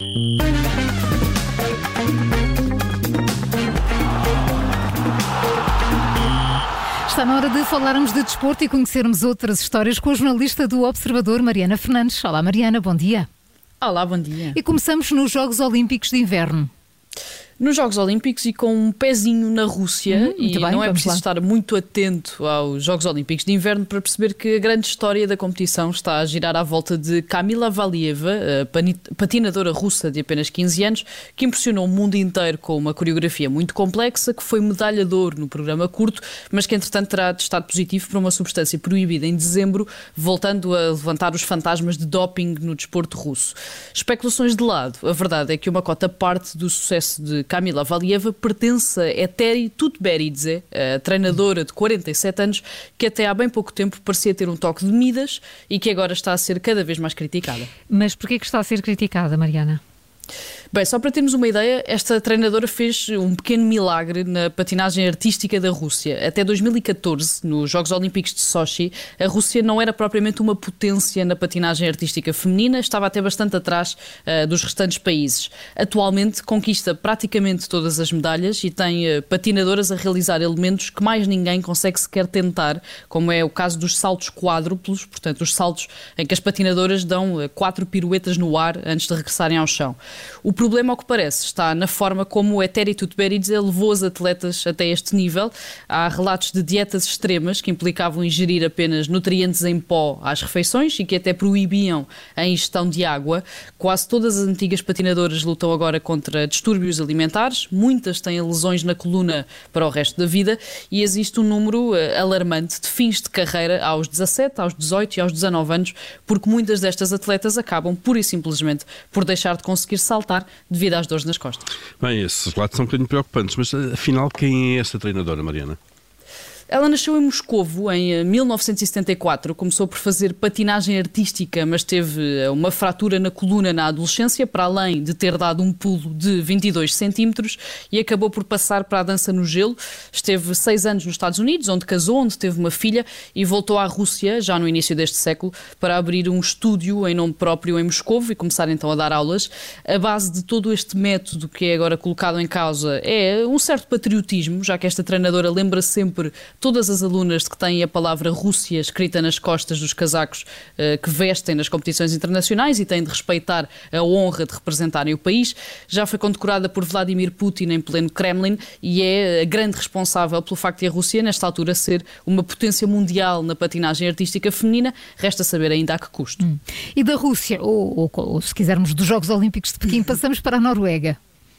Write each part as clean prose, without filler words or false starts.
Está na hora de falarmos de desporto e conhecermos outras histórias com a jornalista do Observador, Mariana Fernandes. Olá, Mariana, bom dia. Olá, bom dia. E começamos nos Jogos Olímpicos de Inverno. Nos Jogos Olímpicos e com um pezinho na Rússia, e bem, não é preciso lá estar muito atento aos Jogos Olímpicos de Inverno para perceber que a grande história da competição está a girar à volta de Kamila Valieva, a patinadora russa de apenas 15 anos, que impressionou o mundo inteiro com uma coreografia muito complexa, que foi medalha de ouro no programa curto, mas que entretanto terá testado positivo para uma substância proibida em dezembro, voltando a levantar os fantasmas de doping no desporto russo. Especulações de lado, a verdade é que uma cota parte do sucesso de Kamila Valieva pertence a Eteri Tutberidze, a treinadora de 47 anos, que até há bem pouco tempo parecia ter um toque de Midas e que agora está a ser cada vez mais criticada. Mas porquê que está a ser criticada, Mariana? Bem, só para termos uma ideia, esta treinadora fez um pequeno milagre na patinagem artística da Rússia. Até 2014, nos Jogos Olímpicos de Sochi, a Rússia não era propriamente uma potência na patinagem artística feminina, estava até bastante atrás dos restantes países. Atualmente conquista praticamente todas as medalhas e tem patinadoras a realizar elementos que mais ninguém consegue sequer tentar, como é o caso dos saltos quádruplos, portanto os saltos em que as patinadoras dão 4 piruetas no ar antes de regressarem ao chão. O problema, ao que parece, está na forma como o Eteri Tutberidze levou os atletas até este nível. Há relatos de dietas extremas que implicavam ingerir apenas nutrientes em pó às refeições e que até proibiam a ingestão de água. Quase todas as antigas patinadoras lutam agora contra distúrbios alimentares, muitas têm lesões na coluna para o resto da vida e existe um número alarmante de fins de carreira aos 17, aos 18 e aos 19 anos, porque muitas destas atletas acabam pura e simplesmente por deixar de conseguir saltar devido às dores nas costas. Bem, esses relatos são um bocadinho preocupantes, mas afinal quem é esta treinadora, Mariana? Ela nasceu em Moscovo em 1974, começou por fazer patinagem artística, mas teve uma fratura na coluna na adolescência, para além de ter dado um pulo de 22 centímetros e acabou por passar para a dança no gelo. Esteve 6 anos nos Estados Unidos, onde casou, onde teve uma filha e voltou à Rússia, já no início deste século, para abrir um estúdio em nome próprio em Moscovo e começar então a dar aulas. A base de todo este método que é agora colocado em causa é um certo patriotismo, já que esta treinadora lembra sempre todas as alunas de que têm a palavra Rússia escrita nas costas dos casacos que vestem nas competições internacionais e têm de respeitar a honra de representarem o país. Já foi condecorada por Vladimir Putin em pleno Kremlin e é a grande responsável pelo facto de a Rússia, nesta altura, ser uma potência mundial na patinagem artística feminina. Resta saber ainda a que custo. E da Rússia, ou se quisermos dos Jogos Olímpicos de Pequim, passamos para a Noruega.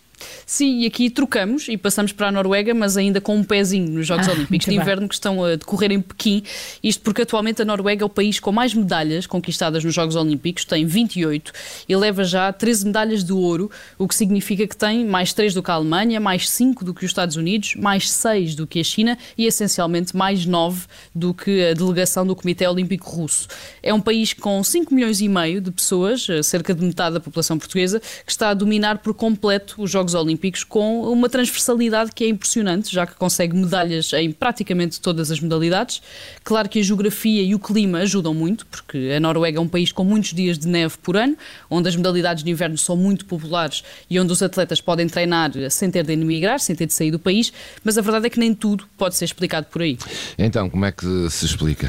Sim, e aqui trocamos e passamos para a Noruega, mas ainda com um pezinho nos Jogos Olímpicos de Inverno que estão a decorrer em Pequim. Isto porque atualmente a Noruega é o país com mais medalhas conquistadas nos Jogos Olímpicos, tem 28 e leva já 13 medalhas de ouro, o que significa que tem mais 3 do que a Alemanha, mais 5 do que os Estados Unidos, mais 6 do que a China e essencialmente mais 9 do que a delegação do Comitê Olímpico Russo. É um país com 5 milhões e meio de pessoas, cerca de metade da população portuguesa, que está a dominar por completo os Jogos Olímpicos com uma transversalidade que é impressionante, já que consegue medalhas em praticamente todas as modalidades. Claro que a geografia e o clima ajudam muito, porque a Noruega é um país com muitos dias de neve por ano, onde as modalidades de inverno são muito populares e onde os atletas podem treinar sem ter de emigrar, sem ter de sair do país, mas a verdade é que nem tudo pode ser explicado por aí. Então, como é que se explica?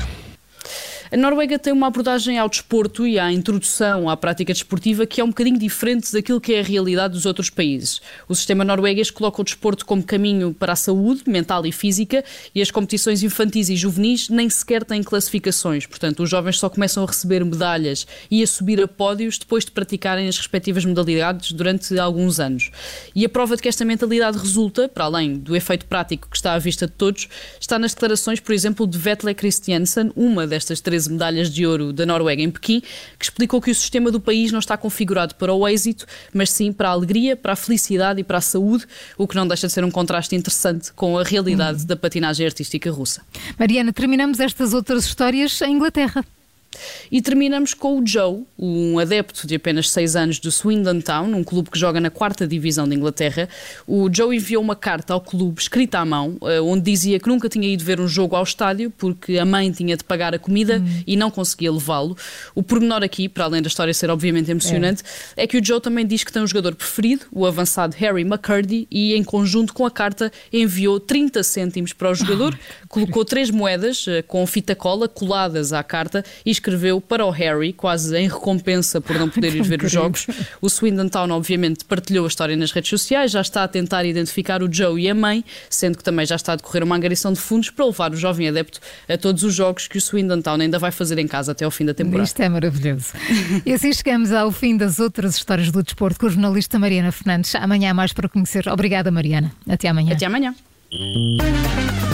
A Noruega tem uma abordagem ao desporto e à introdução à prática desportiva que é um bocadinho diferente daquilo que é a realidade dos outros países. O sistema norueguês coloca o desporto como caminho para a saúde mental e física e as competições infantis e juvenis nem sequer têm classificações. Portanto, os jovens só começam a receber medalhas e a subir a pódios depois de praticarem as respectivas modalidades durante alguns anos. E a prova de que esta mentalidade resulta, para além do efeito prático que está à vista de todos, está nas declarações, por exemplo, de Vetle Christiansen, uma destas 13 medalhas de ouro da Noruega em Pequim, que explicou que o sistema do país não está configurado para o êxito, mas sim para a alegria, para a felicidade e para a saúde, o que não deixa de ser um contraste interessante com a realidade da patinagem artística russa. Mariana, terminamos estas outras histórias em Inglaterra. E terminamos com o Joe, um adepto de apenas 6 anos do Swindon Town, um clube que joga na 4ª divisão de Inglaterra. O Joe enviou uma carta ao clube, escrita à mão, onde dizia que nunca tinha ido ver um jogo ao estádio porque a mãe tinha de pagar a comida e não conseguia levá-lo. O pormenor aqui, para além da história ser obviamente emocionante, é que o Joe também diz que tem um jogador preferido, o avançado Harry McCurdy, e em conjunto com a carta enviou 30 cêntimos para o jogador, colocou 3 moedas com fita cola coladas à carta e escreveu para o Harry, quase em recompensa por não poder ir ver os jogos. O Swindon Town obviamente partilhou a história nas redes sociais, já está a tentar identificar o Joe e a mãe, sendo que também já está a decorrer uma angariação de fundos para levar o jovem adepto a todos os jogos que o Swindon Town ainda vai fazer em casa até ao fim da temporada. Isto é maravilhoso. E assim chegamos ao fim das outras histórias do desporto com a jornalista Mariana Fernandes. Amanhã há mais para conhecer. Obrigada, Mariana. Até amanhã. Até amanhã.